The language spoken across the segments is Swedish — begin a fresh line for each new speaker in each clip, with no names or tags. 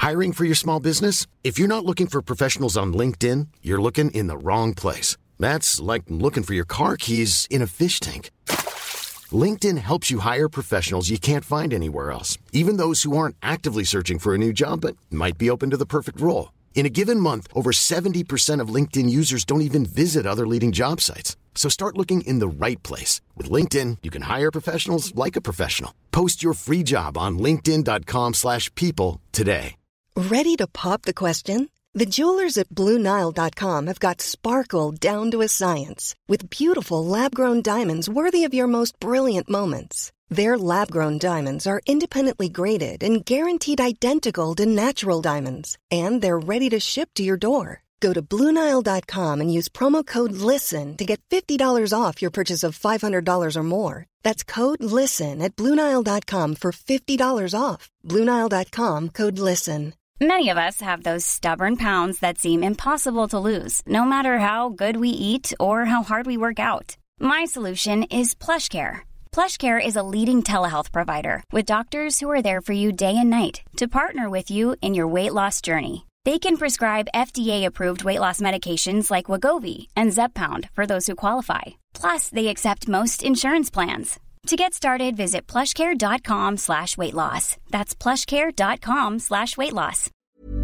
Hiring for your small business? If you're not looking for professionals on LinkedIn, you're looking in the wrong place. That's like looking for your car keys in a fish tank. LinkedIn helps you hire professionals you can't find anywhere else, even those who aren't actively searching for a new job but might be open to the perfect role. In a given month, over 70% of LinkedIn users don't even visit other leading job sites. So start looking in the right place. With LinkedIn, you can hire professionals like a professional. Post your free job on linkedin.com/people today.
Ready to pop the question? The jewelers at BlueNile.com have got sparkle down to a science with beautiful lab-grown diamonds worthy of your most brilliant moments. Their lab-grown diamonds are independently graded and guaranteed identical to natural diamonds, and they're ready to ship to your door. Go to BlueNile.com and use promo code LISTEN to get $50 off your purchase of $500 or more. That's code LISTEN at BlueNile.com for $50 off. BlueNile.com, code LISTEN.
Many of us have those stubborn pounds that seem impossible to lose, no matter how good we eat or how hard we work out. My solution is PlushCare. PlushCare is a leading telehealth provider with doctors who are there for you day and night to partner with you in your weight loss journey. They can prescribe FDA-approved weight loss medications like Wegovy and Zepbound for those who qualify. Plus, they accept most insurance plans. To get started, visit plushcare.com/weightloss. That's plushcare.com/weightloss.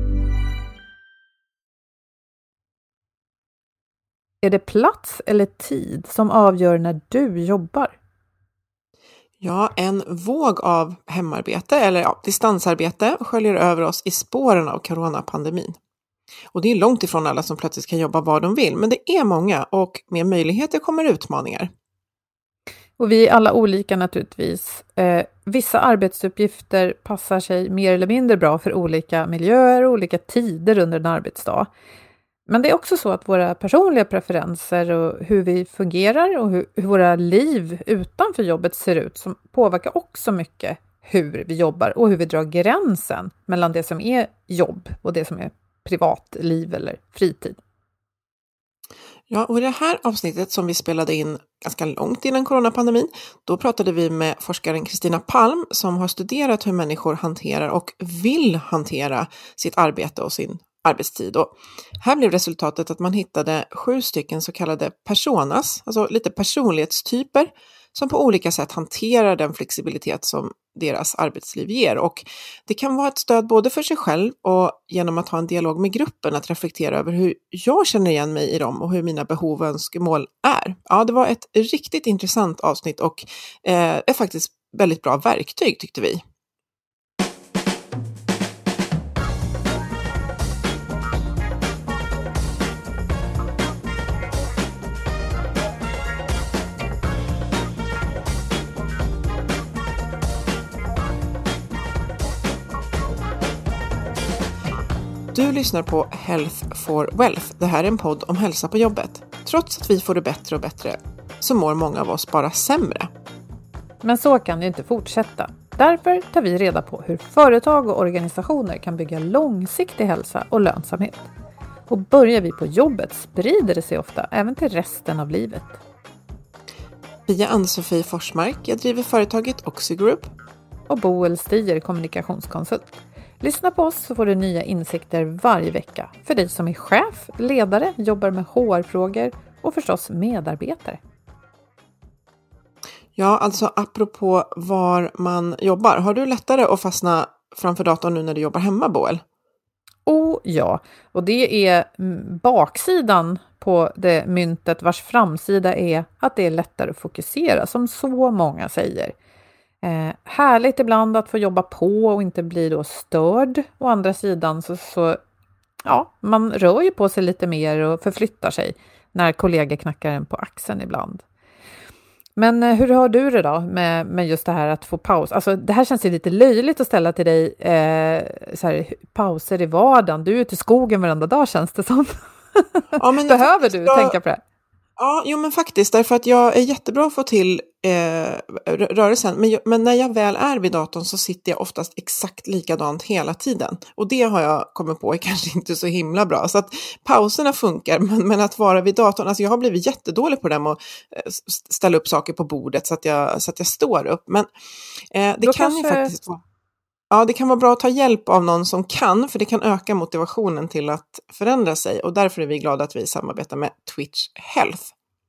Är det plats eller tid som avgör när du jobbar?
Ja, en våg av hemarbete eller distansarbete sköljer över oss i spåren av coronapandemin. Och det är långt ifrån alla som plötsligt kan jobba var de vill, men det är många och med möjligheter kommer utmaningar.
Och vi är alla olika naturligtvis. Vissa arbetsuppgifter passar sig mer eller mindre bra för olika miljöer och olika tider under en arbetsdag. Men det är också så att våra personliga preferenser och hur vi fungerar och hur våra liv utanför jobbet ser ut som påverkar också mycket hur vi jobbar och hur vi drar gränsen mellan det som är jobb och det som är privatliv eller fritid.
Ja, och i det här avsnittet som vi spelade in ganska långt innan coronapandemin, då pratade vi med forskaren Kristina Palm som har studerat hur människor hanterar och vill hantera sitt arbete och sin arbetstid. Och här blev resultatet att man hittade 7 stycken så kallade personas, alltså lite personlighetstyper som på olika sätt hanterar den flexibilitet som deras arbetsliv ger. Och det kan vara ett stöd både för sig själv och genom att ha en dialog med gruppen att reflektera över hur jag känner igen mig i dem och hur mina behov och önskemål är. Ja, det var ett riktigt intressant avsnitt och är faktiskt väldigt bra verktyg tyckte vi. Du lyssnar på Health for Wealth. Det här är en podd om hälsa på jobbet. Trots att vi får det bättre och bättre så mår många av oss bara sämre.
Men så kan det inte fortsätta. Därför tar vi reda på hur företag och organisationer kan bygga långsiktig hälsa och lönsamhet. Och börjar vi på jobbet sprider det sig ofta även till resten av livet.
Vi är Ann-Sofie Forsmark, jag driver företaget Oxygroup.
Och Boel Stier, kommunikationskonsult. Lyssna på oss så får du nya insikter varje vecka. För dig som är chef, ledare, jobbar med HR-frågor och förstås medarbetare.
Ja, alltså apropå var man jobbar. Har du lättare att fastna framför datorn nu när du jobbar hemma, Boel?
Oh ja, och det är baksidan på det myntet vars framsida är att det är lättare att fokusera, som så många säger. Härligt ibland att få jobba på och inte bli då störd. Å andra sidan så ja, man rör ju på sig lite mer och förflyttar sig när kollegor knackar en på axeln ibland. Men hur har du det då med just det här att få paus? Alltså det här känns ju lite löjligt att ställa till dig så här, pauser i vardagen. Du är ute i skogen varenda dag känns det som. Ja, men behöver du tänka på det?
Ja, jo men faktiskt, därför att jag är jättebra att få till rörelsen. Men när jag väl är vid datorn så sitter jag oftast exakt likadant hela tiden. Och det har jag kommit på är kanske inte så himla bra. Så att pauserna funkar, men att vara vid datorn, alltså jag har blivit jättedålig på det med att ställa upp saker på bordet så att jag står upp. Men det då kan ju faktiskt vara... ja, det kan vara bra att ta hjälp av någon som kan, för det kan öka motivationen till att förändra sig. Och därför är vi glada att vi samarbetar med Twitch Health.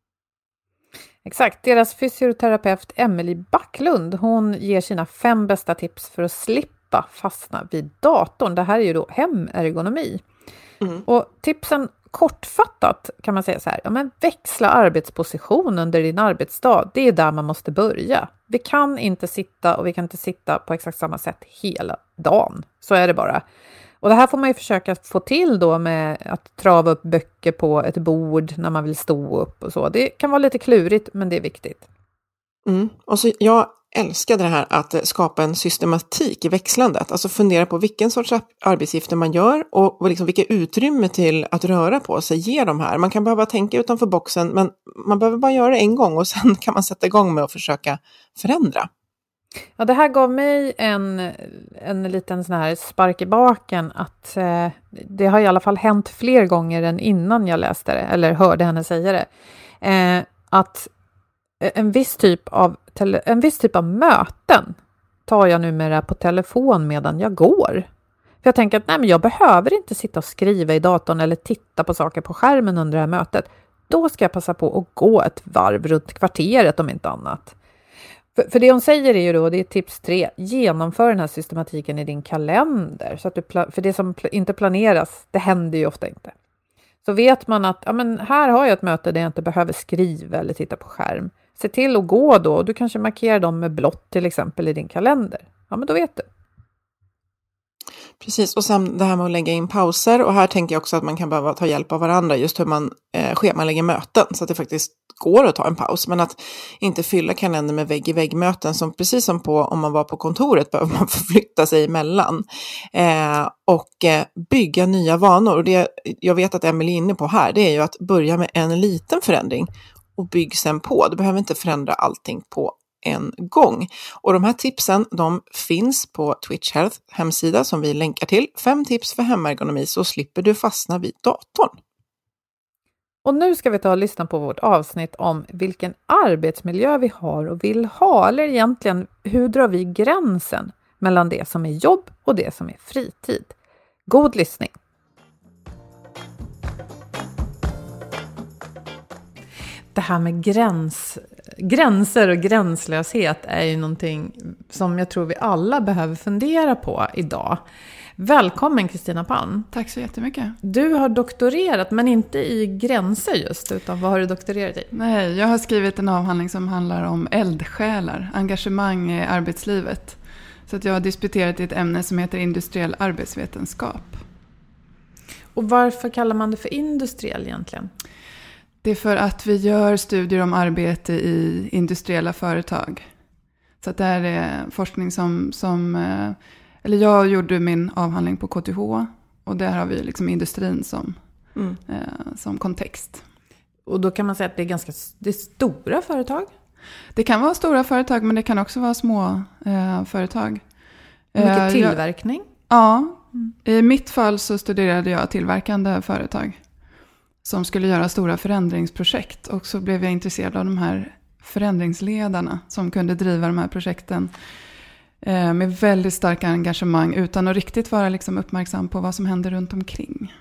Exakt, deras fysioterapeut Emelie Backlund, hon ger sina 5 bästa tips för att slippa fastna vid datorn. Det här är ju då hemergonomi. Och tipsen kortfattat kan man säga så här, ja, men växla arbetsposition under din arbetsdag, det är där man måste börja. Vi kan inte sitta på exakt samma sätt hela dagen, så är det bara. Och det här får man ju försöka få till då med att trava upp böcker på ett bord när man vill stå upp och så. Det kan vara lite klurigt, men det är viktigt.
Och så jag älskade det här att skapa en systematik i växlandet. Alltså fundera på vilken sorts arbetsuppgifter man gör och liksom vilka utrymme till att röra på sig ger de här. Man kan behöva tänka utanför boxen, men man behöver bara göra det en gång och sen kan man sätta igång med att försöka förändra.
Ja, det här gav mig en liten sån här spark i baken att det har i alla fall hänt fler gånger än innan jag läste det eller hörde henne säga det. Att en viss typ av möten tar jag numera på telefon medan jag går. För jag tänker att nej, men jag behöver inte sitta och skriva i datorn eller titta på saker på skärmen under det här mötet. Då ska jag passa på att gå ett varv runt kvarteret om inte annat. För det hon säger är ju då, det är tips 3, genomför den här systematiken i din kalender. Så att för det som inte planeras, det händer ju ofta inte. Så vet man att ja, men här har jag ett möte där jag inte behöver skriva eller titta på skärm. Se till att gå då, och du kanske markerar dem med blått till exempel i din kalender. Ja, men då vet du.
Precis, och sen det här med att lägga in pauser. Och här tänker jag också att man kan behöva ta hjälp av varandra just hur man schemalägger möten. Så att det faktiskt går att ta en paus. Men att inte fylla kalendern med vägg-i-vägg-möten som precis som om man var på kontoret behöver man förflytta sig emellan. Och bygga nya vanor. Och det jag vet att Emelie är inne på här, det är ju att börja med en liten förändring. Och bygg sen på. Du behöver inte förändra allting på en gång. Och de här tipsen, de finns på Twitch Health hemsida som vi länkar till. 5 tips för hemergonomi, så slipper du fastna vid datorn.
Och nu ska vi ta och lyssna på vårt avsnitt om vilken arbetsmiljö vi har och vill ha. Eller egentligen, hur drar vi gränsen mellan det som är jobb och det som är fritid? God lyssning! Det här med gränser och gränslöshet är ju någonting som jag tror vi alla behöver fundera på idag. Välkommen Kristina Palm.
Tack så jättemycket.
Du har doktorerat, men inte i gränser just, utan vad har du doktorerat i?
Nej, jag har skrivit en avhandling som handlar om eldsjälar, engagemang i arbetslivet. Så att jag har disputerat i ett ämne som heter industriell arbetsvetenskap.
Och varför kallar man det för industriell egentligen?
Det är för att vi gör studier om arbete i industriella företag. Så att det här är forskning eller jag gjorde min avhandling på KTH och där har vi liksom industrin som kontext.
Och då kan man säga att det är stora företag?
Det kan vara stora företag, men det kan också vara små företag.
Mycket tillverkning?
Ja, i mitt fall så studerade jag tillverkande företag som skulle göra stora förändringsprojekt. Och så blev jag intresserad av de här förändringsledarna som kunde driva de här projekten med väldigt starka engagemang utan att riktigt vara liksom uppmärksam på vad som händer runt omkring.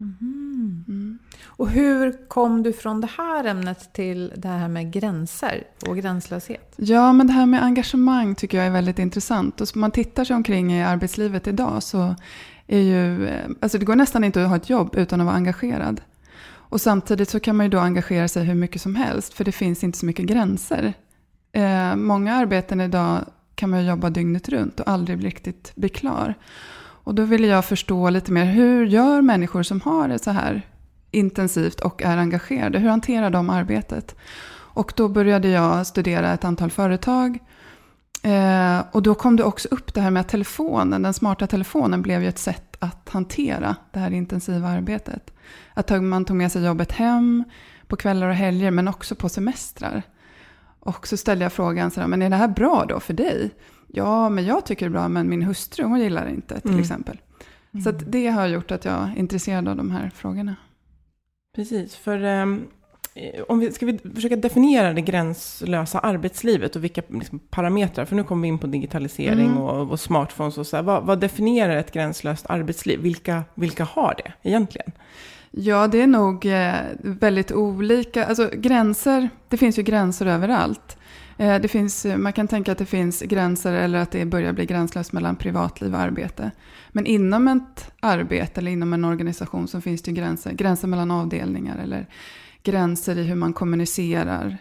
Och hur kom du från det här ämnet till det här med gränser och gränslöshet?
Ja, men det här med engagemang tycker jag är väldigt intressant. Och om man tittar sig omkring i arbetslivet idag så är ju, alltså det går nästan inte att ha ett jobb utan att vara engagerad. Och samtidigt så kan man ju då engagera sig hur mycket som helst, för det finns inte så mycket gränser. Många arbeten idag kan man jobba dygnet runt och aldrig riktigt bli klar. Och då vill jag förstå lite mer, hur gör människor som har det så här intensivt och är engagerade? Hur hanterar de arbetet? Och då började jag studera ett antal företag. Och då kom det också upp det här med att den smarta telefonen blev ju ett sätt att hantera det här intensiva arbetet. Att man tog med sig jobbet hem på kvällar och helger, men också på semestrar. Och så ställde jag frågan, men är det här bra då för dig? Ja, men jag tycker det är bra, men min hustru, hon gillar det inte till exempel. Så att det har gjort att jag är intresserad av de här frågorna.
Precis, för Ska vi försöka definiera det gränslösa arbetslivet och vilka liksom, parametrar, för nu kommer vi in på digitalisering och smartphones och så här. Vad definierar ett gränslöst arbetsliv? Vilka har det egentligen?
Ja, det är nog väldigt olika. Alltså gränser, det finns ju gränser överallt. Man kan tänka att det finns gränser eller att det börjar bli gränslöst mellan privatliv och arbete. Men inom ett arbete eller inom en organisation så finns det ju gränser mellan avdelningar eller gränser i hur man kommunicerar.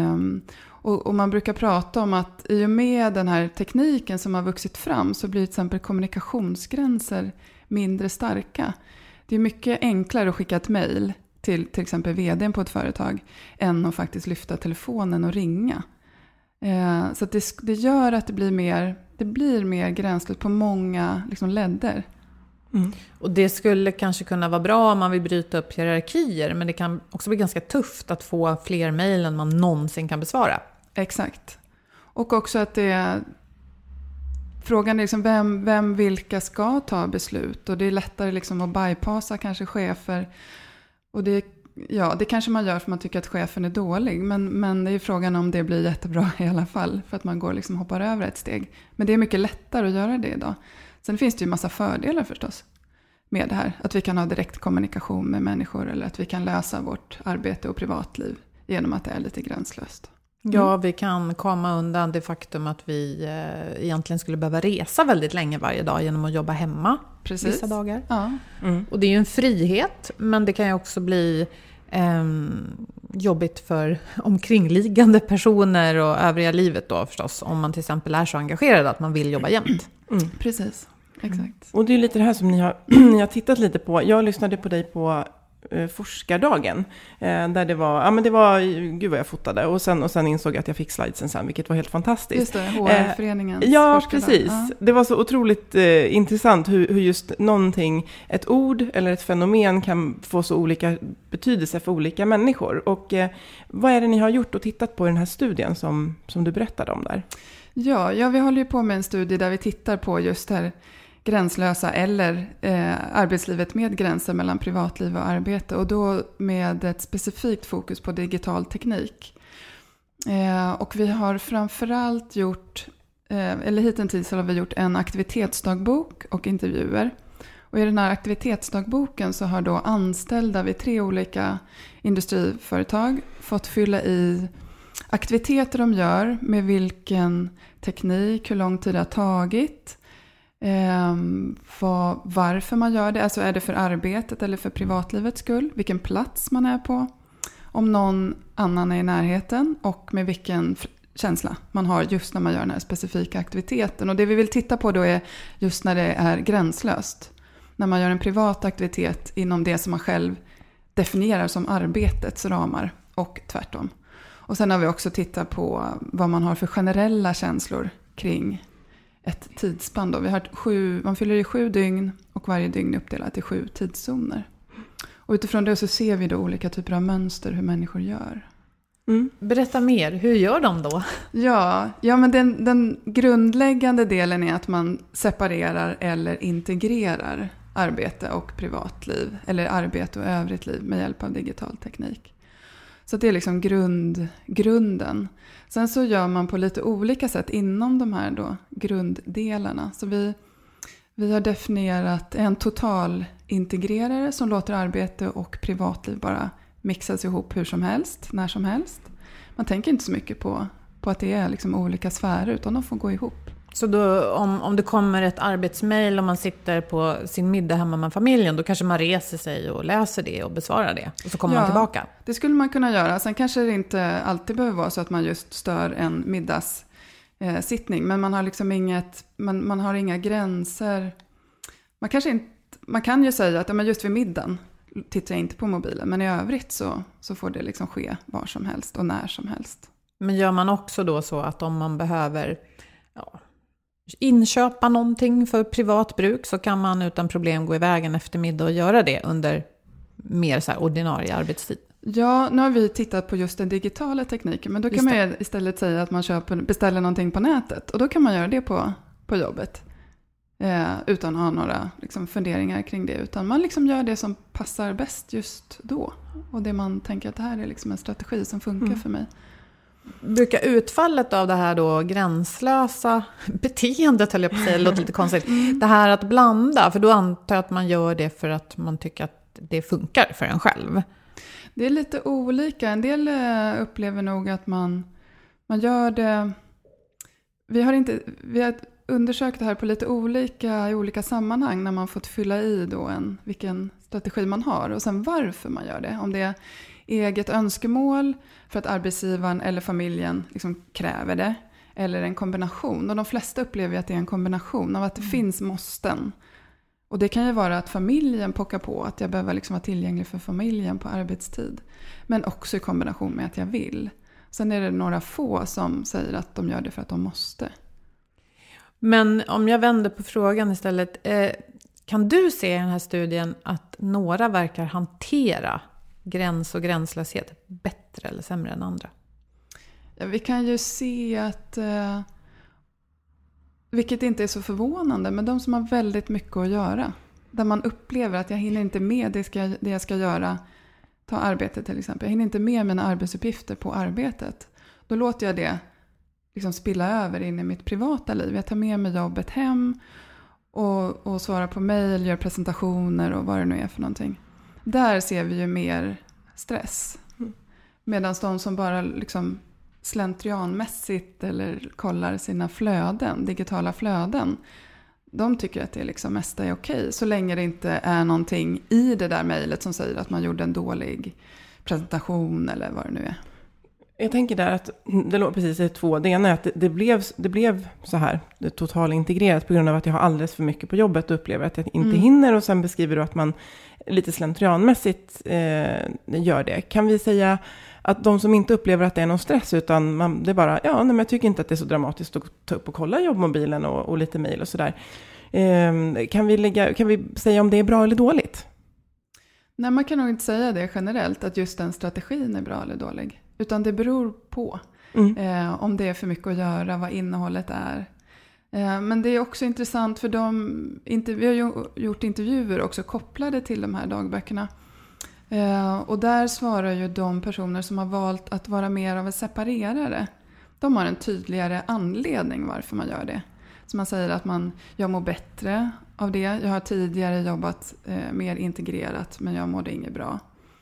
Och man brukar prata om att i och med den här tekniken som har vuxit fram så blir till exempel kommunikationsgränser mindre starka. Det är mycket enklare att skicka ett mejl till exempel vdn på ett företag än att faktiskt lyfta telefonen och ringa. Så att det gör att det blir mer gränslöst på många liksom, ledder.
Och det skulle kanske kunna vara bra om man vill bryta upp hierarkier, men det kan också bli ganska tufft att få fler mejl än man någonsin kan besvara.
Exakt. Och också att frågan är liksom vilka ska ta beslut, och det är lättare liksom att bypassa kanske chefer, och det kanske man gör för man tycker att chefen är dålig, men det är ju frågan om det blir jättebra i alla fall för att man hoppar över ett steg. Men det är mycket lättare att göra det idag. Sen finns det ju massa fördelar förstås med det här. Att vi kan ha direkt kommunikation med människor eller att vi kan lösa vårt arbete och privatliv genom att det är lite gränslöst.
Ja, vi kan komma undan det faktum att vi egentligen skulle behöva resa väldigt länge varje dag genom att jobba hemma.
Precis.
Vissa dagar.
Ja.
Och det är ju en frihet, men det kan ju också bli jobbigt för omkringliggande personer och övriga livet då förstås. Om man till exempel är så engagerad att man vill jobba jämt.
Precis, exakt.
Och det är lite det här som ni har tittat lite på. Jag lyssnade på dig på forskardagen där det var gud vad jag fotade och sen insåg jag att jag fick slidesen sen, vilket var helt fantastiskt.
Just det, HR-föreningens
ja,
forskardag.
Precis.
Ja.
Det var så otroligt intressant hur just någonting, ett ord eller ett fenomen kan få så olika betydelse för olika människor. Och vad är det ni har gjort och tittat på i den här studien som du berättade om där?
Ja, vi håller ju på med en studie där vi tittar på just det här gränslösa eller arbetslivet med gränser mellan privatliv och arbete, och då med ett specifikt fokus på digital teknik. Och vi har framförallt hittills har vi gjort en aktivitetsdagbok och intervjuer. Och i den här aktivitetsdagboken så har då anställda vid 3 olika industriföretag fått fylla i aktiviteter de gör, med vilken teknik, hur lång tid det har tagit, varför man gör det, alltså är det för arbetet eller för privatlivets skull, vilken plats man är på, om någon annan är i närheten och med vilken känsla man har just när man gör den här specifika aktiviteten. Och det vi vill titta på då är just när det är gränslöst, när man gör en privat aktivitet inom det som man själv definierar som arbetets ramar och tvärtom. Och sen har vi också tittat på vad man har för generella känslor kring ett tidsspann. Då. Man fyller i 7 dygn och varje dygn är uppdelat i 7 tidszoner. Och utifrån det så ser vi då olika typer av mönster hur människor gör.
Berätta mer, hur gör de då?
Ja men den grundläggande delen är att man separerar eller integrerar arbete och privatliv, eller arbete och övrigt liv med hjälp av digital teknik. Så det är liksom grunden. Sen så gör man på lite olika sätt inom de här då grunddelarna. Så vi har definierat en totalintegrerare som låter arbete och privatliv bara mixas ihop hur som helst, när som helst. Man tänker inte så mycket på att det är liksom olika sfärer, utan de får gå ihop.
Så då, om det kommer ett arbetsmejl och man sitter på sin middag hemma med familjen, då kanske man reser sig och läser det och besvarar det. Och så kommer man tillbaka. Det
skulle man kunna göra. Sen kanske det inte alltid behöver vara så att man just stör en middagssittning. Men man har liksom man har inga gränser. Man kan ju säga att just vid middagen tittar jag inte på mobilen. Men i övrigt så får det liksom ske var som helst och när som helst. Men gör man också då så att om man behöver inköpa någonting för privat bruk, så kan man utan problem gå iväg en eftermiddag och göra det under mer så här ordinarie arbetstid? Ja, nu har vi tittat på just den digitala tekniken, men då kan man ju istället säga att man beställer någonting på nätet, och då kan man göra det på jobbet. utan att ha några liksom, funderingar kring det. Utan man liksom gör det som passar bäst just då. Och det man tänker att det här är liksom en strategi som funkar för mig.
Brukar utfallet av det här då gränslösa beteendet, höll jag på att säga, det låter lite konstigt. Det här att blanda, för då antar jag att man gör det för att man tycker att det funkar för en själv.
Det är lite olika. En del upplever nog att man gör det... Vi har undersökt det här på lite i olika sammanhang när man fått fylla i då vilken strategi man har och sen varför man gör det. Om det är eget önskemål för att arbetsgivaren eller familjen liksom kräver det eller en kombination. Och de flesta upplever att det är en kombination av att det finns måsten. Och det kan ju vara att familjen pockar på att jag behöver liksom vara tillgänglig för familjen på arbetstid. Men också i kombination med att jag vill. Sen är det några få som säger att de gör det för att de måste.
Men om jag vänder på frågan istället. Kan du se i den här studien att några verkar hantera gräns och gränslöshet bättre eller sämre än andra?
Ja, vi kan ju se att, vilket inte är så förvånande, men de som har väldigt mycket att göra. Där man upplever att jag hinner inte med det jag ska göra. Ta arbetet till exempel. Jag hinner inte med mina arbetsuppgifter på arbetet. Då låter jag det liksom spilla över in i mitt privata liv. Jag tar med mig jobbet hem och svarar på mejl, gör presentationer och vad det nu är för någonting. Där ser vi ju mer stress. Medan de som bara liksom slentrianmässigt eller kollar sina flöden, digitala flöden, de tycker att det liksom mesta är okej. Så länge det inte är någonting i det där mejlet som säger att man gjorde en dålig presentation eller vad det nu är.
Jag tänker där att det låg precis i två. Det ena är att det blev så här, det totalintegrerat på grund av att jag har alldeles för mycket på jobbet och upplever att jag inte hinner. Och sen beskriver du att man lite slentrianmässigt gör det. Kan vi säga att de som inte upplever att det är någon stress utan det är bara, men jag tycker inte att det är så dramatiskt att ta upp och kolla jobbmobilen och lite mejl och sådär. Kan vi säga om det är bra eller dåligt?
Nej, man kan nog inte säga det generellt att just den strategin är bra eller dålig. Utan det beror på om det är för mycket att göra, vad innehållet är. Men det är också intressant för vi har gjort intervjuer också kopplade till de här dagböckerna. Och där svarar ju de personer som har valt att vara mer av en separerare. De har en tydligare anledning varför man gör det. Så man säger att jag mår bättre av det. Jag har tidigare jobbat mer integrerat men jag mådde inget bra.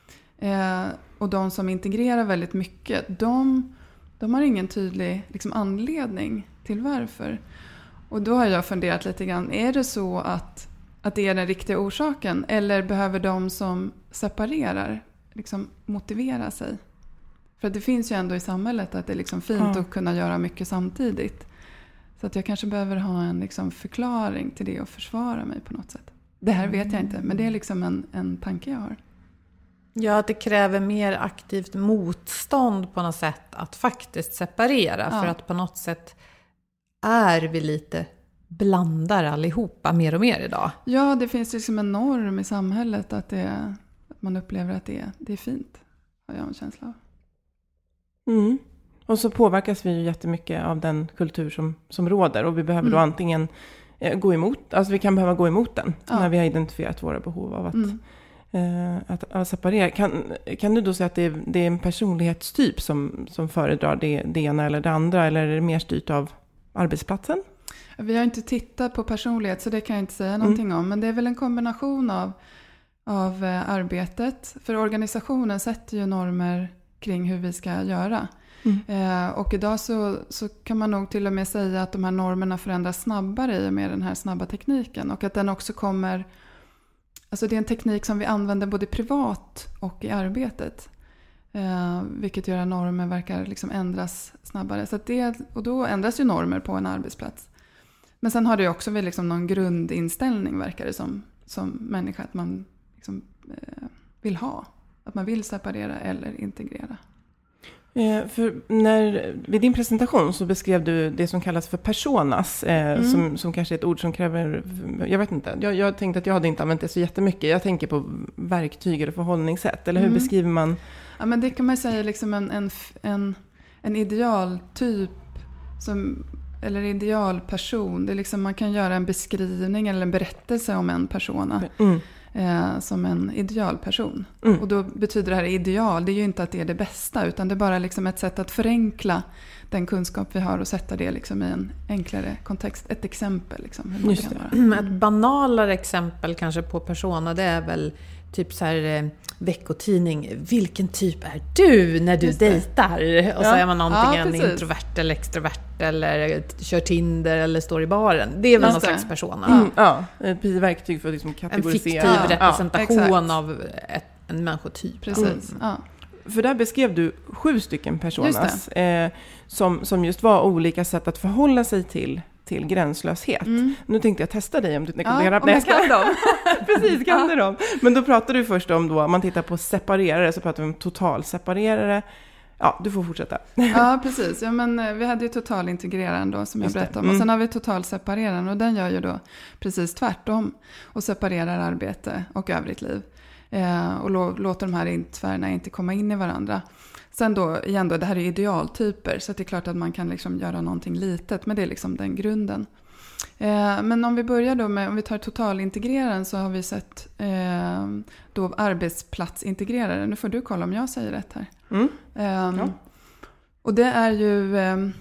Och de som integrerar väldigt mycket, de har ingen tydlig liksom, anledning till varför. Och då har jag funderat lite grann, är det så att det är den riktiga orsaken? Eller behöver de som separerar liksom, motivera sig? För det finns ju ändå i samhället att det är liksom fint att kunna göra mycket samtidigt. Så att jag kanske behöver ha en liksom, förklaring till det och försvara mig på något sätt. Det här vet jag inte, men det är liksom en tanke jag har.
Ja, att det kräver mer aktivt motstånd på något sätt att faktiskt separera. Ja. För att på något sätt är vi lite blandare allihopa mer och mer idag.
Ja, det finns liksom en norm i samhället att man upplever att det är fint. Har jag en känsla av.
Mm. Och så påverkas vi ju jättemycket av den kultur som råder. Och vi behöver då antingen gå emot, alltså vi kan behöva gå emot den när vi har identifierat våra behov av att separera. Kan du då säga att det är en personlighetstyp som föredrar det ena eller det andra, eller är det mer styrt av arbetsplatsen?
Vi har inte tittat på personlighet så det kan jag inte säga någonting om, men det är väl en kombination av arbetet, för organisationen sätter ju normer kring hur vi ska göra. Och idag så kan man nog till och med säga att de här normerna förändras snabbare i och med den här snabba tekniken, och att den också kommer. Alltså det är en teknik som vi använder både privat och i arbetet. Vilket gör att normer verkar liksom ändras snabbare. Så att och då ändras ju normer på en arbetsplats. Men sen har det ju också väl liksom någon grundinställning, verkar det som människa, att man liksom, vill ha. Att man vill separera eller integrera.
För vid din presentation så beskrev du det som kallas för personas, som kanske är ett ord som kräver, jag vet inte, jag tänkte att jag hade inte använt det så jättemycket. Jag tänker på verktyg eller förhållningssätt, eller hur beskriver man?
Ja, men det kan man säga liksom en idealtyp som eller idealperson. Det är liksom, man kan göra en beskrivning eller en berättelse om en persona som en idealperson. Och då betyder det här ideal, det är ju inte att det är det bästa, utan det är bara liksom ett sätt att förenkla den kunskap vi har och sätta det liksom i en enklare kontext. Ett exempel liksom, hur man kan vara.
Ett banalare exempel kanske på persona, det är väl typ så här veckotidning. Vilken typ är du när du dejtar? Och så är man antingen introvert eller extrovert eller kör Tinder eller står i baren. Det är väl någon slags persona.
Ett verktyg för att liksom kategorisera.
En fiktiv representation av en människotyp.
Precis,
För där beskrev du 7 stycken personas som just var olika sätt att förhålla sig till gränslöshet. Nu tänkte jag testa dig om du kan
om jag kan dem.
Precis, kan du dem. Men då pratade du först om om man tittar på separerare, så pratar vi om totalseparerare. Ja, du får fortsätta.
Ja, precis. Ja, men vi hade ju totalintegreraren då som jag berättade om. Och sen har vi totalsepareraren, och den gör ju då precis tvärtom och separerar arbete och övrigt liv. Och låter de här sfärerna inte komma in i varandra. Sen då, igen då, det här är idealtyper, så det är klart att man kan liksom göra någonting litet, men det är liksom den grunden. Men om vi börjar då med, om vi tar totalintegreraren, så har vi sett då arbetsplatsintegreraren. Nu får du kolla om jag säger rätt här. Och det är ju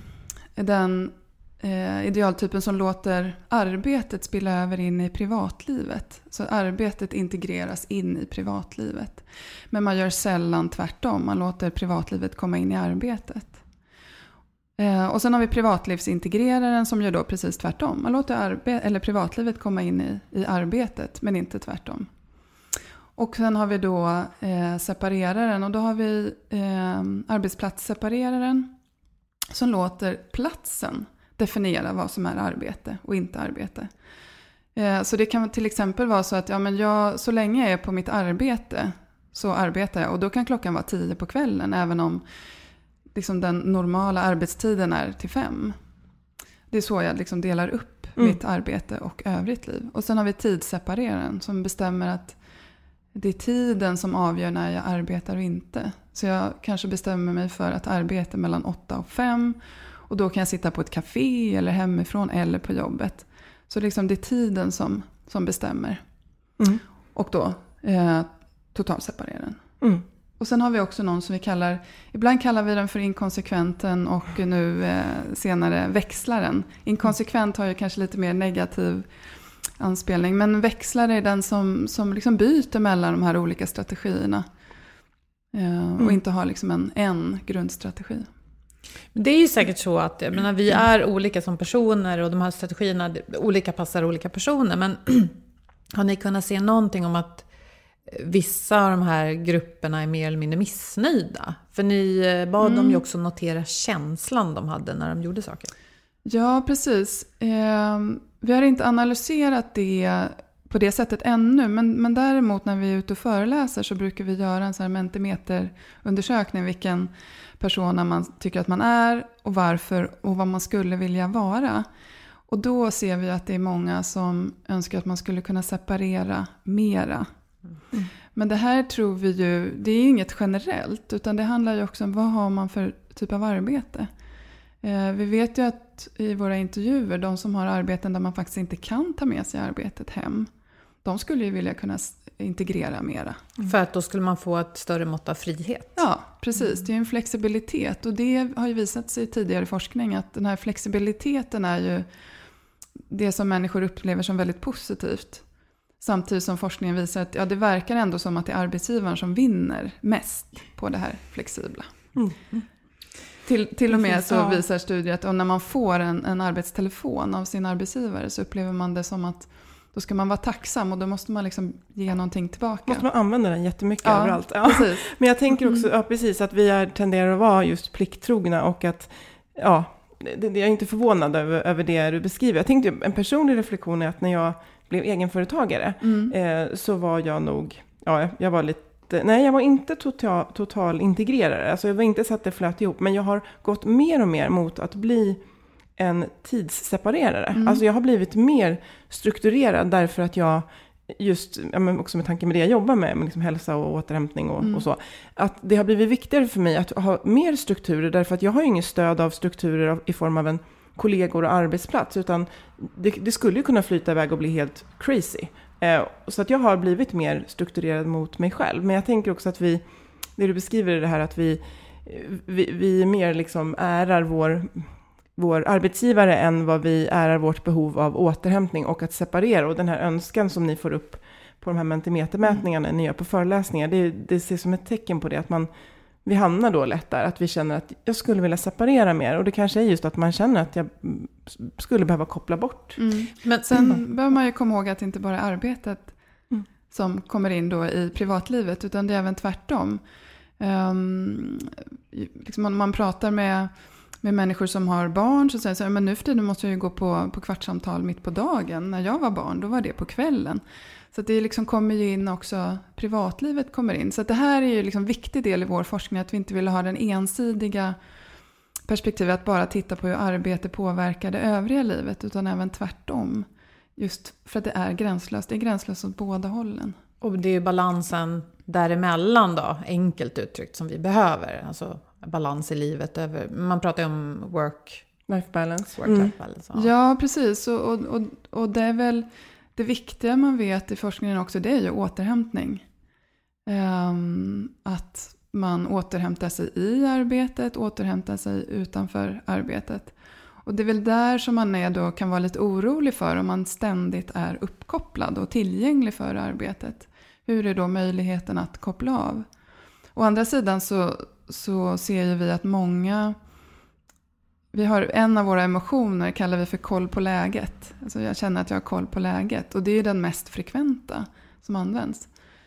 den idealtypen som låter arbetet spilla över in i privatlivet. Så arbetet integreras in i privatlivet. Men man gör sällan tvärtom. Man låter privatlivet komma in i arbetet. Och sen har vi privatlivsintegreraren som gör då precis tvärtom. Man låter privatlivet komma in i arbetet, men inte tvärtom. Och sen har vi då separeraren, och då har vi arbetsplatssepareraren som låter platsen definiera vad som är arbete och inte arbete. Så det kan till exempel vara så att så länge jag är på mitt arbete så arbetar jag, och då kan klockan vara 10 på kvällen även om liksom den normala arbetstiden är till 5. Det är så jag liksom delar upp mitt arbete och övrigt liv. Och sen har vi tidssepareraren som bestämmer att det är tiden som avgör när jag arbetar och inte. Så jag kanske bestämmer mig för att arbeta mellan 8 och 5. Och då kan jag sitta på ett café eller hemifrån eller på jobbet. Så liksom det är tiden som bestämmer. Och då totalsepareraren. Och sen har vi också någon som ibland kallar vi den för inkonsekventen, och nu senare växlaren. Inkonsekvent har ju kanske lite mer negativ anspelning, men växlare är den som liksom byter mellan de här olika strategierna. Och inte har liksom en grundstrategi.
Det är ju säkert så att vi är olika som personer, och de här strategierna olika passar olika personer. Men har ni kunnat se någonting om att vissa av de här grupperna är mer eller mindre missnöjda? För ni bad dem ju också notera känslan de hade när de gjorde saker. Ja, precis. Vi har inte analyserat det på det sättet ännu. Men däremot när vi är ute och föreläser så brukar vi göra en sån här Mentimeter-undersökning. Vilken persona man tycker att man är och varför och vad man skulle vilja vara. Och då ser vi att det är många som önskar att man skulle kunna separera mera. Men det här tror vi ju, det är ju inget generellt, utan det handlar ju också om vad har man för typ av arbete. Vi vet ju att i våra intervjuer, de som har arbeten där man faktiskt inte kan ta med sig arbetet hem, de skulle ju vilja kunna integrera mera. För att då skulle man få ett större mått av frihet. Ja, precis. Det är en flexibilitet, och det har ju visat sig i tidigare forskning att den här flexibiliteten är ju det som människor upplever som väldigt positivt. Samtidigt som forskningen visar att det verkar ändå som att det är arbetsgivaren som vinner mest på det här flexibla. Till och med så visar studier att när man får en arbetstelefon av sin arbetsgivare så upplever man det som att då ska man vara tacksam, och då måste man liksom ge någonting tillbaka. Måste man använda den jättemycket överallt. Ja. Precis. Men jag tänker också precis att vi tenderar att vara just plikttrogna, och att jag är inte förvånad över det du beskriver. Jag tänkte en personlig reflektion är att när jag blev egenföretagare så var jag nog, jag var lite, nej jag var inte total integrerare. Alltså jag var inte så att det flöt ihop, men jag har gått mer och mer mot att bli en tidsseparerare. Alltså jag har blivit mer strukturerad därför att jag just, också med tanke med det jag jobbar med liksom hälsa och återhämtning och så, att det har blivit viktigare för mig att ha mer strukturer, därför att jag har ju ingen stöd av strukturer i form av en
kollegor och arbetsplats, utan det skulle ju kunna flyta iväg och bli helt crazy. Så att jag har blivit mer strukturerad mot mig själv. Men jag tänker också att det du beskriver är det här att vi mer liksom ärar vår arbetsgivare än vad vi ärar vårt behov av återhämtning och att separera. Och den här önskan som ni får upp på de här mentimetermätningarna ni gör på föreläsningar, det ses som ett tecken på det, att vi hamnar då lätt där, att vi känner att jag skulle vilja separera mer, och det kanske är just att man känner att jag skulle behöva koppla bort.
Men sen behöver man ju komma ihåg att det inte bara är arbetet som kommer in då i privatlivet, utan det är även tvärtom. Liksom om man pratar med människor som har barn så säger så här, men nu för tiden måste jag ju gå på kvartssamtal mitt på dagen. När jag var barn, då var det på kvällen. Så att det liksom kommer ju in också, privatlivet kommer in. Så att det här är ju liksom en viktig del i vår forskning, att vi inte vill ha den ensidiga perspektivet att bara titta på hur arbete påverkar det övriga livet, utan även tvärtom. Just för att det är gränslöst. Det är gränslöst åt båda hållen.
Och det är ju balansen däremellan då, enkelt uttryckt, som vi behöver. Alltså balans i livet. Man pratar ju om
work-life balance.
Ja, precis. Och det är väl det viktiga man vet i forskningen också, det är ju återhämtning. Att man återhämtar sig i arbetet, återhämtar sig utanför arbetet. Och det är väl där som man då kan vara lite orolig för, om man ständigt är uppkopplad och tillgänglig för arbetet. Hur är då möjligheten att koppla av? Å andra sidan så ser ju vi att vi har en av våra emotioner kallar vi för koll på läget. Alltså jag känner att jag har koll på läget, och det är den mest frekventa som används.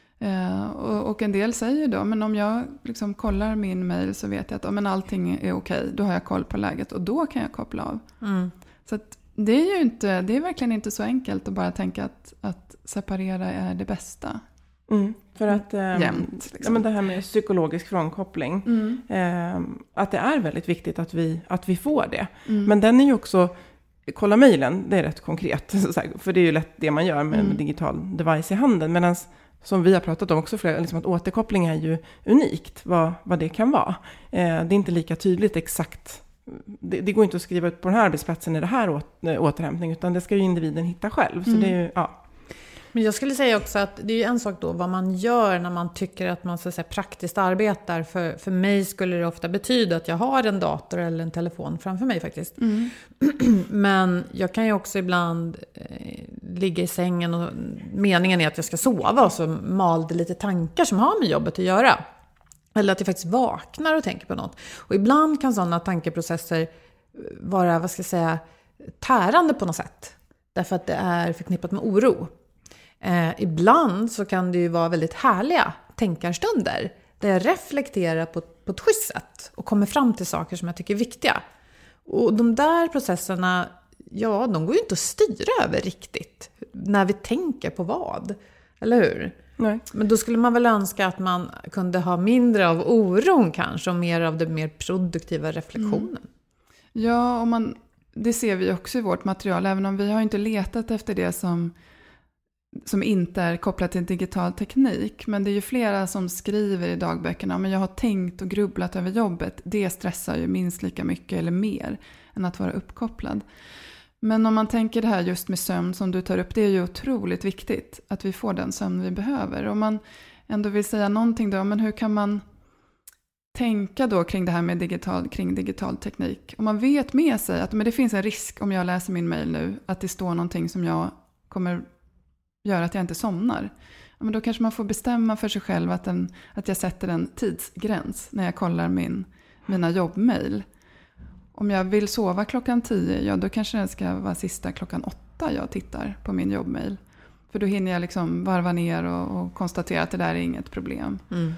Och en del säger då, men om jag liksom kollar min mejl så vet jag att men allting är okej, då har jag koll på läget och då kan jag koppla av. Så att det är verkligen inte så enkelt att bara tänka att separera är det bästa.
För att
jämt, liksom.
Det här med psykologisk frånkoppling, att det är väldigt viktigt att vi får det. Men den är ju också, kolla mejlen, det är rätt konkret, för det är ju lätt det man gör med en digital device i handen, medan som vi har pratat om också, liksom att återkoppling är ju unikt, vad det kan vara. Det är inte lika tydligt exakt. Det går inte att skriva ut på den här arbetsplatsen i det här återhämtning, utan det ska ju individen hitta själv. Så det är ju,
Men jag skulle säga också att det är ju en sak då vad man gör när man tycker att man så att säga, praktiskt arbetar. För mig skulle det ofta betyda att jag har en dator eller en telefon framför mig faktiskt. Men jag kan ju också ibland ligga i sängen och meningen är att jag ska sova, och så mal det lite tankar som har med jobbet att göra. Eller att jag faktiskt vaknar och tänker på något. Och ibland kan sådana tankeprocesser vara, vad ska jag säga, tärande på något sätt. Därför att det är förknippat med oro. Ibland så kan det ju vara väldigt härliga tänkarstunder där jag reflekterar på ett schysst sätt och kommer fram till saker som jag tycker är viktiga. Och de där processerna, ja, de går ju inte att styra över riktigt när vi tänker på vad, eller hur?
Nej.
Men då skulle man väl önska att man kunde ha mindre av oron kanske och mer av den mer produktiva reflektionen.
Ja, och det ser vi också i vårt material, även om vi har inte letat efter det som inte är kopplat till digital teknik. Men det är ju flera som skriver i dagböckerna, men jag har tänkt och grubblat över jobbet. Det stressar ju minst lika mycket eller mer än att vara uppkopplad. Men om man tänker det här just med sömn som du tar upp, det är ju otroligt viktigt att vi får den sömn vi behöver. Om man ändå vill säga någonting då, men hur kan man tänka då kring det här med digital teknik? Om man vet med sig att men det finns en risk om jag läser min mejl nu att det står någonting som jag kommer göra att jag inte somnar. Ja, men då kanske man får bestämma för sig själv att jag sätter en tidsgräns när jag kollar mina jobbmejl. Om jag vill sova 10:00, ja då kanske det ska vara sista 8:00 jag tittar på min jobbmejl. För då hinner jag liksom varva ner och konstatera att det där är inget problem.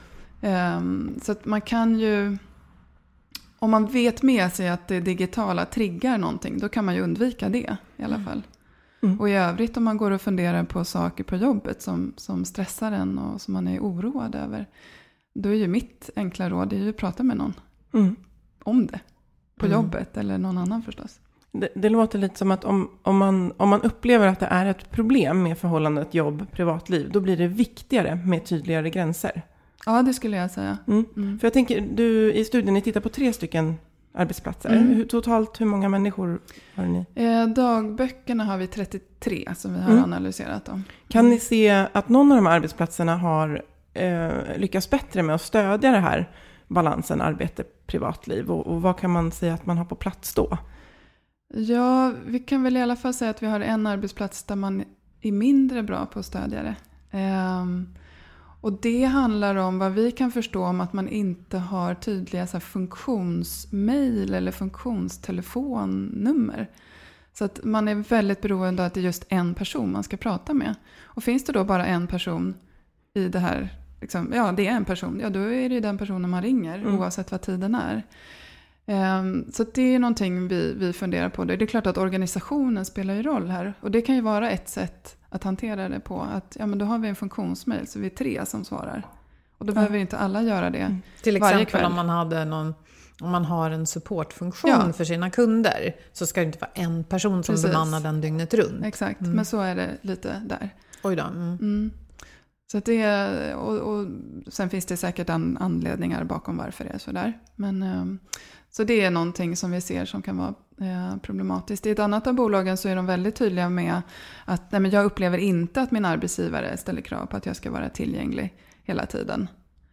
Så att man kan ju, om man vet med sig att det digitala triggar någonting, då kan man ju undvika det i alla fall. Och i övrigt om man går och funderar på saker på jobbet som stressar en och som man är oroad över, då är ju mitt enkla råd är ju att prata med någon om det på jobbet eller någon annan förstås.
Det låter lite som att om man upplever att det är ett problem med förhållandet jobb-privatliv, då blir det viktigare med tydligare gränser.
Ja, det skulle jag säga.
För jag tänker, i studien ni tittar på 3 stycken arbetsplatser. Totalt hur många människor har ni?
Dagböckerna har vi 33 som vi har analyserat dem.
Kan ni se att någon av de här arbetsplatserna har lyckats bättre med att stödja det här balansen arbete-privatliv? Och vad kan man säga att man har på plats då?
Ja, vi kan väl i alla fall säga att vi har en arbetsplats där man är mindre bra på att stödja det. Och det handlar om vad vi kan förstå om att man inte har tydliga så här, funktionsmail eller funktionstelefonnummer. Så att man är väldigt beroende av att det är just en person man ska prata med. Och finns det då bara en person i det här, liksom, ja det är en person, ja då är det den personen man ringer oavsett vad tiden är. Så det är någonting vi funderar på. Det är klart att organisationen spelar ju roll här. Och det kan ju vara ett sätt att hantera det på. Att ja, men då har vi en funktionsmail så vi är 3 som svarar. Och då behöver inte alla göra det
till
varje
exempel
kväll.
Om man har en supportfunktion för sina kunder så ska det inte vara en person som bemannar den dygnet runt.
Exakt, men så är det lite där.
Oj då.
Så att det är, och sen finns det säkert anledningar bakom varför det är så där. Men, så det är någonting som vi ser som kan vara problematiskt. I ett annat av bolagen så är de väldigt tydliga med att nej, men jag upplever inte att min arbetsgivare ställer krav på att jag ska vara tillgänglig hela tiden.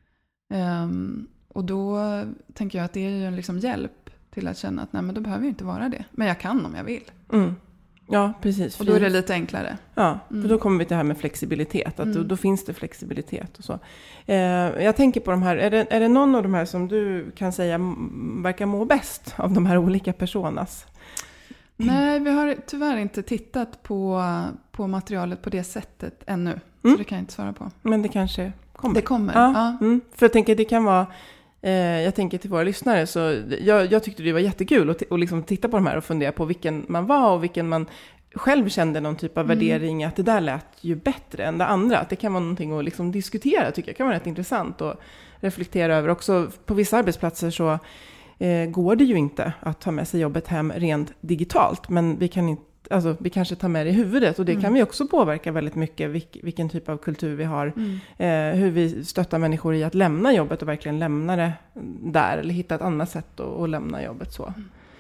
Och då tänker jag att det är ju en liksom hjälp till att känna att nej, men då behöver jag inte vara det. Men jag kan om jag vill.
Ja, precis.
Och då är det lite enklare.
Ja, för då kommer vi till det här med flexibilitet. Att då finns det flexibilitet och så. Jag tänker på de här, är det någon av de här som du kan säga verkar må bäst av de här olika personas?
Nej, vi har tyvärr inte tittat på materialet på det sättet ännu. Så det kan jag inte svara på.
Men det kanske kommer.
Det kommer,
ja. För jag tänker det kan vara... jag tänker till våra lyssnare så jag tyckte det var jättekul att liksom titta på de här och fundera på vilken man var och vilken man själv kände någon typ av värdering att det där lät ju bättre än det andra. Att det kan vara någonting att liksom diskutera tycker jag kan vara rätt intressant och reflektera över. Också på vissa arbetsplatser så går det ju inte att ta med sig jobbet hem rent digitalt men vi kan inte. Alltså, vi kanske tar med det i huvudet och det kan vi också påverka väldigt mycket vilken typ av kultur vi har. Hur vi stöttar människor i att lämna jobbet och verkligen lämna det där eller hitta ett annat sätt att lämna jobbet så.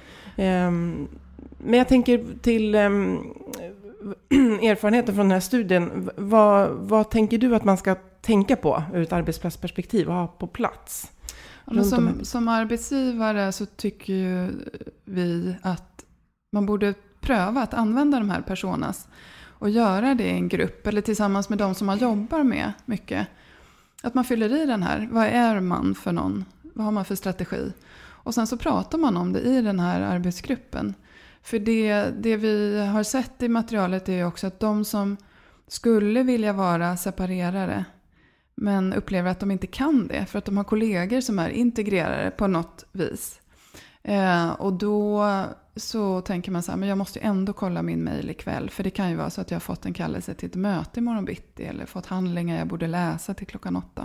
Men jag tänker till erfarenheten från den här studien. Vad tänker du att man ska tänka på ur ett arbetsplatsperspektiv och ha på plats?
Ja, som arbetsgivare så tycker ju vi att man borde pröva att använda de här personas och göra det i en grupp eller tillsammans med de som man jobbar med mycket. Att man fyller i den här, vad är man för någon? Vad har man för strategi? Och sen så pratar man om det i den här arbetsgruppen. För det vi har sett i materialet är ju också att de som skulle vilja vara separerare men upplever att de inte kan det för att de har kollegor som är integrerade på något vis. Och då så tänker man så här, men jag måste ju ändå kolla min mejl ikväll. För det kan ju vara så att jag har fått en kallelse till ett möte imorgon bitti. Eller fått handlingar jag borde läsa till 8:00.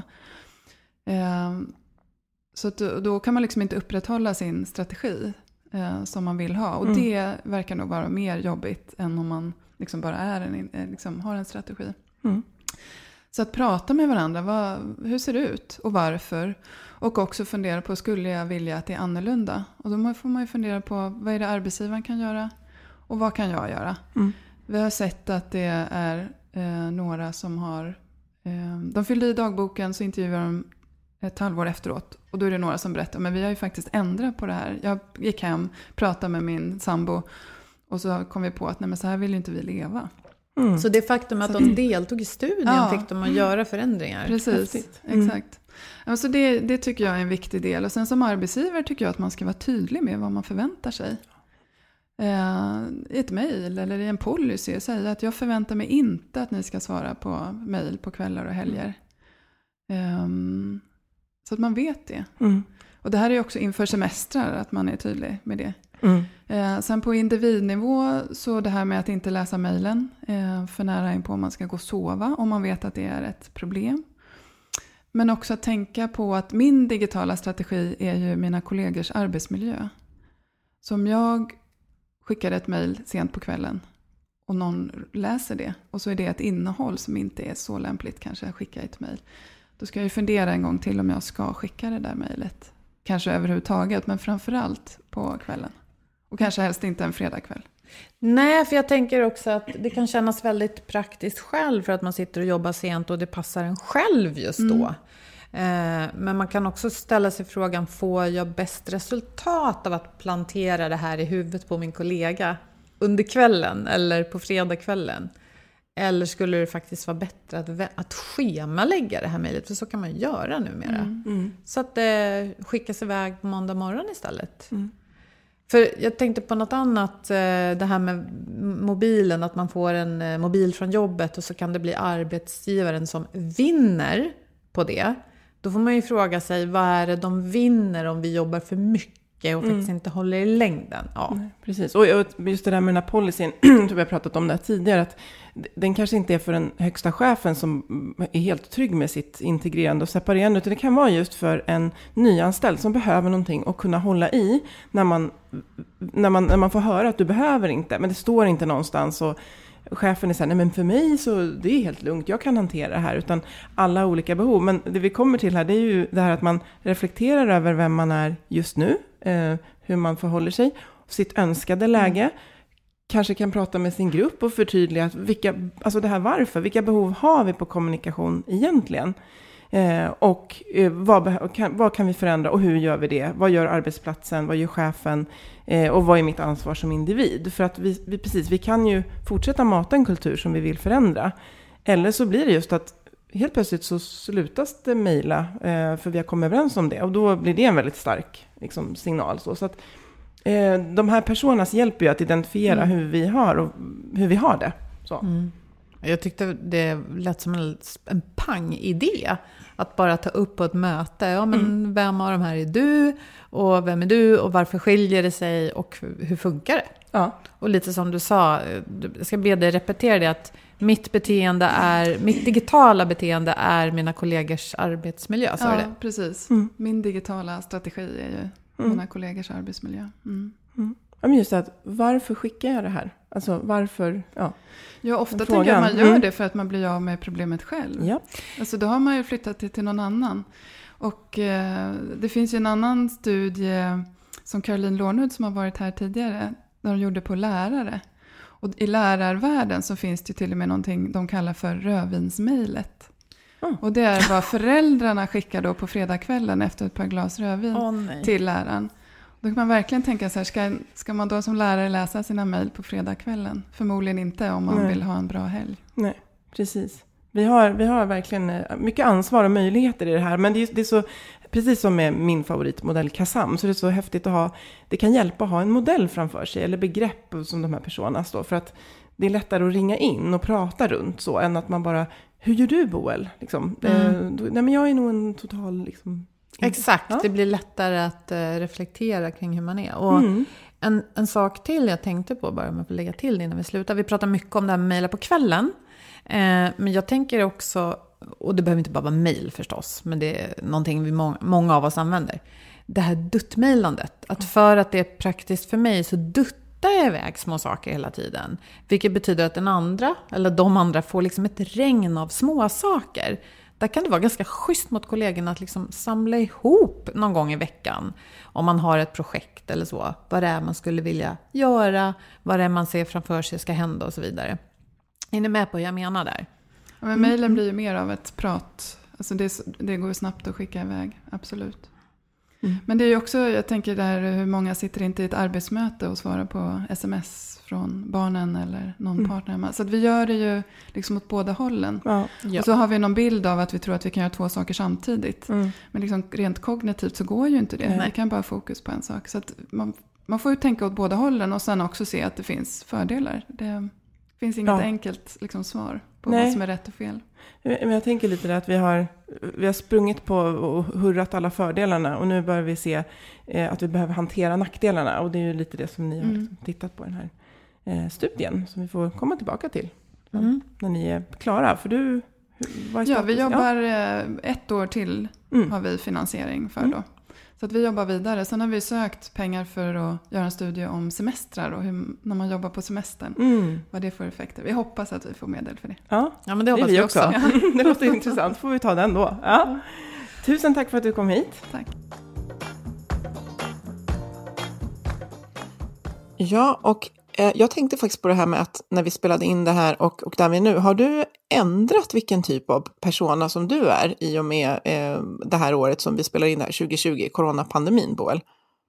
Så att då kan man liksom inte upprätthålla sin strategi som man vill ha. Och det verkar nog vara mer jobbigt än om man liksom bara har en strategi. Så att prata med varandra, hur ser det ut och varför? Och också fundera på, skulle jag vilja att det är annorlunda? Och då får man ju fundera på, vad är det arbetsgivaren kan göra? Och vad kan jag göra? Vi har sett att det är några som har... de fyllde i dagboken så intervjuar de ett halvår efteråt. Och då är det några som berättar, men vi har ju faktiskt ändrat på det här. Jag gick hem, pratade med min sambo och så kom vi på att nej, men så här vill ju inte vi leva.
Så det faktum att de deltog i studien fick dem att göra förändringar.
Precis, exakt. Alltså det tycker jag är en viktig del. Och sen som arbetsgivare tycker jag att man ska vara tydlig med vad man förväntar sig. I ett mejl eller i en policy. Säga att jag förväntar mig inte att ni ska svara på mejl på kvällar och helger. Så att man vet det. Och det här är också inför semestrar att man är tydlig med det. Sen på individnivå så det här med att inte läsa mejlen för nära in på om man ska gå och sova om man vet att det är ett problem. Men också att tänka på att min digitala strategi är ju mina kollegors arbetsmiljö. Så om jag skickar ett mejl sent på kvällen och någon läser det och så är det ett innehåll som inte är så lämpligt kanske att skicka ett mejl. Då ska jag ju fundera en gång till om jag ska skicka det där mejlet kanske överhuvudtaget, men framförallt på kvällen. Och kanske helst inte en fredagkväll.
Nej, för jag tänker också att det kan kännas väldigt praktiskt själv för att man sitter och jobbar sent och det passar en själv just då. Men man kan också ställa sig frågan, får jag bäst resultat av att plantera det här i huvudet på min kollega under kvällen eller på fredagskvällen? Eller skulle det faktiskt vara bättre att schemalägga det här mejlet? För så kan man göra numera. Så att det skickas iväg på måndag morgon istället. För jag tänkte på något annat, det här med mobilen, att man får en mobil från jobbet och så kan det bli arbetsgivaren som vinner på det. Då får man ju fråga sig, vad är det de vinner om vi jobbar för mycket och faktiskt inte håller i längden? Ja.
Nej, precis. Och just det där med den här policyn, tror vi har pratat om det tidigare, att den kanske inte är för den högsta chefen som är helt trygg med sitt integrerande och separerande, utan det kan vara just för en nyanställd som behöver någonting att kunna hålla i när man får höra att du behöver inte, men det står inte någonstans och chefen är så här, nej men för mig så det är helt lugnt, jag kan hantera det här, utan alla olika behov. Men det vi kommer till här, det är ju det här att man reflekterar över vem man är just nu, hur man förhåller sig, sitt önskade läge, kanske kan prata med sin grupp och förtydliga alltså det här varför, vilka behov har vi på kommunikation egentligen? Och vad kan vi förändra och hur gör vi det? Vad gör arbetsplatsen? Vad gör chefen? Och vad är mitt ansvar som individ? För att vi kan ju fortsätta mata en kultur som vi vill förändra. Eller så blir det just att helt plötsligt så slutas det mejla för vi har kommit överens om det. Och då blir det en väldigt stark signal. Så att de här personernas hjälper ju att identifiera hur vi har det. Så.
Jag tyckte det lät som en pang-idé att bara ta upp på ett möte. Ja, men vem av de här är du? Och vem är du? Och varför skiljer det sig? Och hur funkar det?
Ja.
Och lite som du sa, jag ska be dig repetera det, att mitt digitala beteende är mina kollegors arbetsmiljö.
Ja, precis. Min digitala strategi är ju mina kollegors arbetsmiljö.
Ja, men just det, att varför skickar jag det här? Alltså varför?
Ja, ofta tänker jag att man gör det för att man blir av med problemet själv.
Ja.
Alltså då har man ju flyttat det till någon annan. Och det finns ju en annan studie som Caroline Lornud som har varit här tidigare, där de gjorde på lärare. Och i lärarvärlden så finns det till och med någonting de kallar för rödvinsmejlet. Och det är vad föräldrarna skickar då på fredagskvällen efter ett par glas rödvin till läraren. Då kan man verkligen tänka så här, ska man då som lärare läsa sina mejl på fredagskvällen? Förmodligen inte om man vill ha en bra helg.
Nej, precis. Vi har verkligen mycket ansvar och möjligheter i det här. Men det är så, precis som med min favoritmodell Kasam, så det är så häftigt att det kan hjälpa att ha en modell framför sig, eller begrepp som de här personerna står. För att det är lättare att ringa in och prata runt så, än att man bara, hur gör du Boel? Nej, men jag är nog en total
Exakt, det blir lättare att reflektera kring hur man är. Och en sak till jag tänkte på, bara om jag får lägga till det innan vi slutar. Vi pratar mycket om det här med mejla på kvällen. Men jag tänker också, och det behöver inte bara vara mejl förstås, men det är någonting många av oss använder. Det här duttmejlandet. Att för att det är praktiskt för mig så duttar jag iväg små saker hela tiden. Vilket betyder att de andra får liksom ett regn av små saker. Där kan det vara ganska schysst mot kollegorna att samla ihop någon gång i veckan. Om man har ett projekt eller så. Vad det är man skulle vilja göra. Vad det är man ser framför sig ska hända och så vidare. Är ni med på vad jag menar där?
Ja, men mejlen blir ju mer av ett prat. Alltså det går snabbt att skicka iväg, absolut. Men det är ju också, jag tänker där hur många sitter inte i ett arbetsmöte och svarar på sms från barnen eller någon partner. Så att vi gör det ju åt båda hållen. Ja. Och så har vi någon bild av att vi tror att vi kan göra 2 saker samtidigt. Men rent kognitivt så går ju inte det. Vi kan bara fokus på en sak. Så att man får ju tänka åt båda hållen och sen också se att det finns fördelar. Det finns inget enkelt svar på vad som är rätt och fel.
Men jag tänker lite där att vi har sprungit på och hurrat alla fördelarna. Och nu börjar vi se att vi behöver hantera nackdelarna. Och det är ju lite det som ni har tittat på i den här studien. Som vi får komma tillbaka till när ni är klara. För
vi jobbar 1 år till har vi finansiering för då. Så att vi jobbar vidare. Sen har vi sökt pengar för att göra en studie om semestrar och när man jobbar på semestern. Vad det får effekter. Vi hoppas att vi får medel för det.
Ja, men det hoppas vi också.
Det låter intressant. Får vi ta den då. Ja. Tusen tack för att du kom hit.
Tack.
Ja, och jag tänkte faktiskt på det här med att när vi spelade in det här och där vi är nu, har du ändrat vilken typ av persona som du är i och med det här året som vi spelar in det här 2020, coronapandemin, Boel?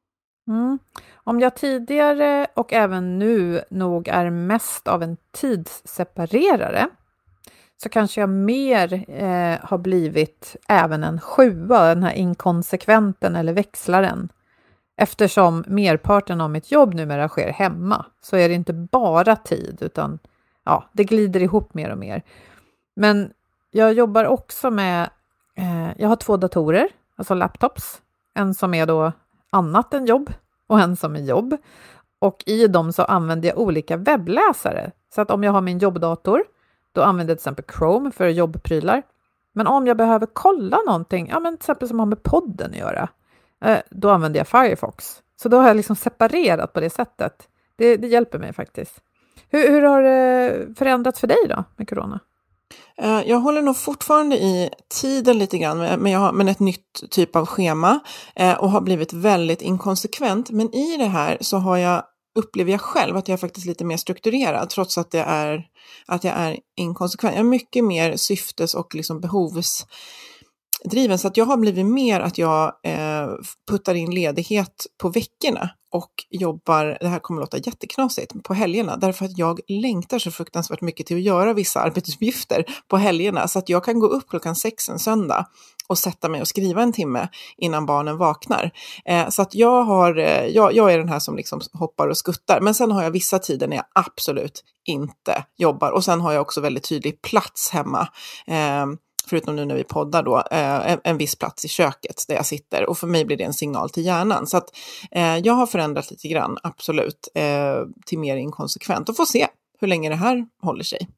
Om jag tidigare och även nu nog är mest av en tidsseparerare, så kanske jag mer har blivit även en 7:a, den här inkonsekventen eller växlaren. Eftersom merparten av mitt jobb numera sker hemma, så är det inte bara tid, utan det glider ihop mer och mer. Men jag jobbar också med, jag har 2 datorer, alltså laptops. En som är då annat än jobb och en som är jobb. Och i dem så använder jag olika webbläsare. Så att om jag har min jobbdator, då använder jag till exempel Chrome för jobbprylar. Men om jag behöver kolla någonting, till exempel som har med podden att göra, då använder jag Firefox. Så då har jag liksom separerat på det sättet. Det hjälper mig faktiskt. Hur har det förändrats för dig då med corona?
Jag håller nog fortfarande i tiden lite grann, men ett nytt typ av schema och har blivit väldigt inkonsekvent. Men i det här så upplever jag själv att jag är faktiskt lite mer strukturerad, trots att jag är inkonsekvent. Jag är mycket mer syftes- och liksom behovsdriven, så att jag har blivit mer att jag puttar in ledighet på veckorna och jobbar, det här kommer låta jätteknasigt, på helgerna, därför att jag längtar så fruktansvärt mycket till att göra vissa arbetsuppgifter på helgerna, så att jag kan gå upp 6:00 en söndag och sätta mig och skriva en timme innan barnen vaknar. Så att jag är den här som liksom hoppar och skuttar, men sen har jag vissa tider när jag absolut inte jobbar, och sen har jag också väldigt tydlig plats hemma, förutom nu när vi poddar då, en viss plats i köket där jag sitter. Och för mig blir det en signal till hjärnan. Så att jag har förändrat lite grann, absolut, till mer inkonsekvent. Och får se hur länge det här håller sig.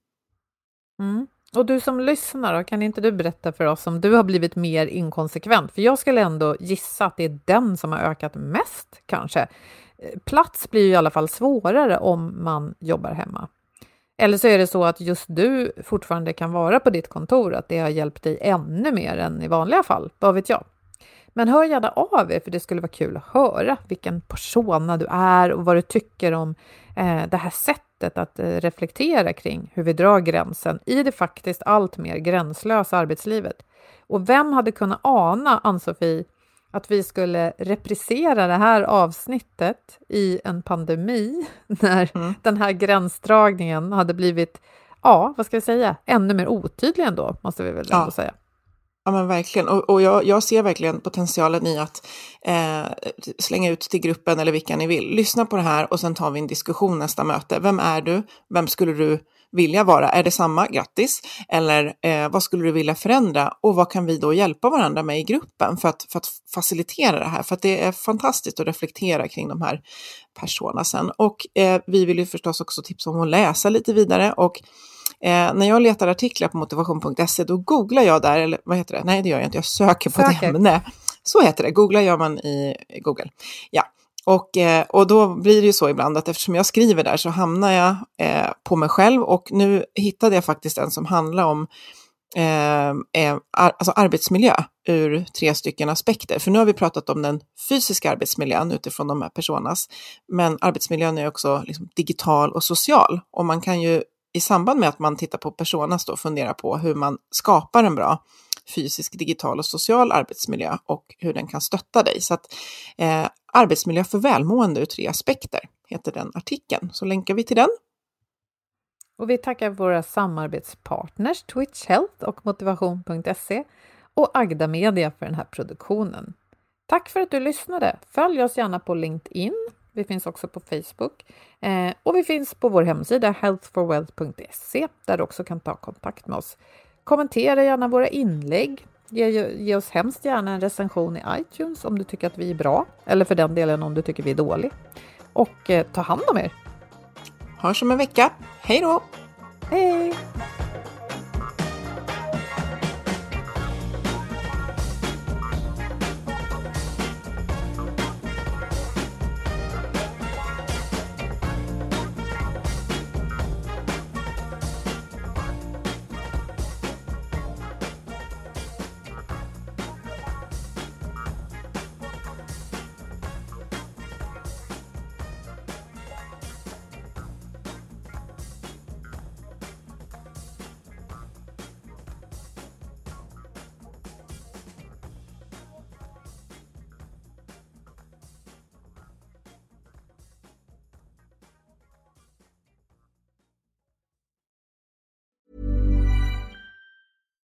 Och du som lyssnar då, kan inte du berätta för oss om du har blivit mer inkonsekvent? För jag skulle ändå gissa att det är den som har ökat mest kanske. Plats blir ju i alla fall svårare om man jobbar hemma. Eller så är det så att just du fortfarande kan vara på ditt kontor, att det har hjälpt dig ännu mer än i vanliga fall, vad vet jag. Men hör gärna av er, för det skulle vara kul att höra vilken persona du är och vad du tycker om det här sättet att reflektera kring hur vi drar gränsen i det faktiskt allt mer gränslösa arbetslivet. Och vem hade kunnat ana, Ann-Sofie, att vi skulle reprisera det här avsnittet i en pandemi när den här gränsdragningen hade blivit, vad ska jag säga, ännu mer otydlig ändå, måste vi väl ändå säga.
Ja, men verkligen. Och jag ser verkligen potentialen i att slänga ut till gruppen eller vilka ni vill. Lyssna på det här och sen tar vi en diskussion nästa möte. Vem är du? Vem skulle du vilja vara? Är det samma? Grattis! Eller vad skulle du vilja förändra? Och vad kan vi då hjälpa varandra med i gruppen för att facilitera det här? För att det är fantastiskt att reflektera kring de här personasen. Och vi vill ju förstås också tipsa om att läsa lite vidare. Och när jag letar artiklar på motivation.se, då googlar jag där, eller vad heter det? Nej, det gör jag inte. Jag söker på ett ämne. Så heter det. Googlar gör man i Google. Ja. Och då blir det ju så ibland att eftersom jag skriver där så hamnar jag på mig själv. Och nu hittade jag faktiskt en som handlar om alltså arbetsmiljö ur 3 stycken aspekter. För nu har vi pratat om den fysiska arbetsmiljön utifrån de här personas. Men arbetsmiljön är också liksom digital och social. Och man kan ju i samband med att man tittar på personas då fundera på hur man skapar en bra fysisk, digital och social arbetsmiljö och hur den kan stötta dig. Så att arbetsmiljö för välmående ur 3 aspekter heter den artikeln. Så länkar vi till den.
Och vi tackar våra samarbetspartners Twitch Health och motivation.se och Agda Media för den här produktionen. Tack för att du lyssnade. Följ oss gärna på LinkedIn. Vi finns också på Facebook. Och vi finns på vår hemsida healthforwealth.se där du också kan ta kontakt med oss. Kommentera gärna våra inlägg. Ge oss hemskt gärna en recension i iTunes om du tycker att vi är bra. Eller för den delen om du tycker vi är dåliga. Och ta hand om er.
Hörs om en vecka. Hej då!
Hej!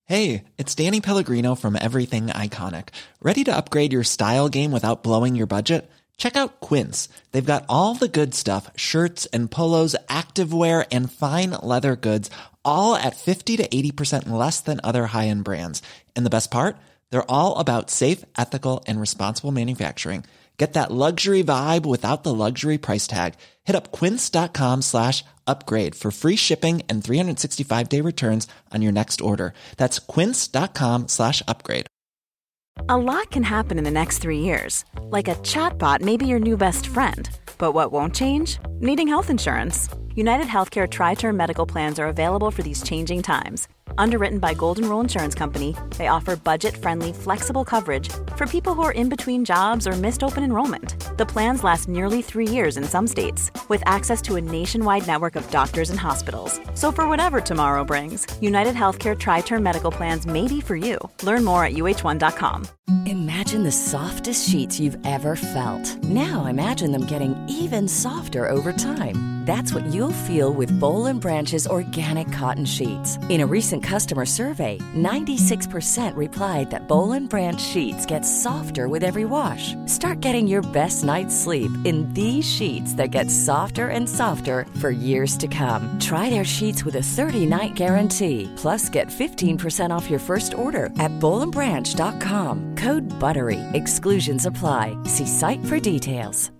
Hey, it's Danny Pellegrino from Everything Iconic. Ready to upgrade your style game without blowing your budget? Check out Quince. They've got all the good stuff, shirts and polos, activewear, and fine leather goods, all at 50 to 80% less than other high-end brands. And the best part? They're all about safe, ethical, and responsible manufacturing. Get that luxury vibe without the luxury price tag. Hit up quince.com/upgrade for free shipping and 365-day returns on your next order. That's quince.com/upgrade.
A lot can happen in the next 3 years. Like a chatbot may be your new best friend. But what won't change? Needing health insurance. United Healthcare Tri-Term Medical Plans are available for these changing times. Underwritten by Golden Rule Insurance Company, they offer budget-friendly, flexible coverage for people who are in between jobs or missed open enrollment. The plans last nearly 3 years in some states, with access to a nationwide network of doctors and hospitals. So for whatever tomorrow brings, United Healthcare Tri-Term Medical Plans may be for you. Learn more at uh1.com.
Imagine the softest sheets you've ever felt. Now imagine them getting even softer over time. That's what you'll feel with Boll & Branch's organic cotton sheets. In a recent customer survey, 96% replied that Boll & Branch sheets get softer with every wash. Start getting your best night's sleep in these sheets that get softer and softer for years to come. Try their sheets with a 30-night guarantee. Plus, get 15% off your first order at bollandbranch.com. Code BUTTERY. Exclusions apply. See site for details.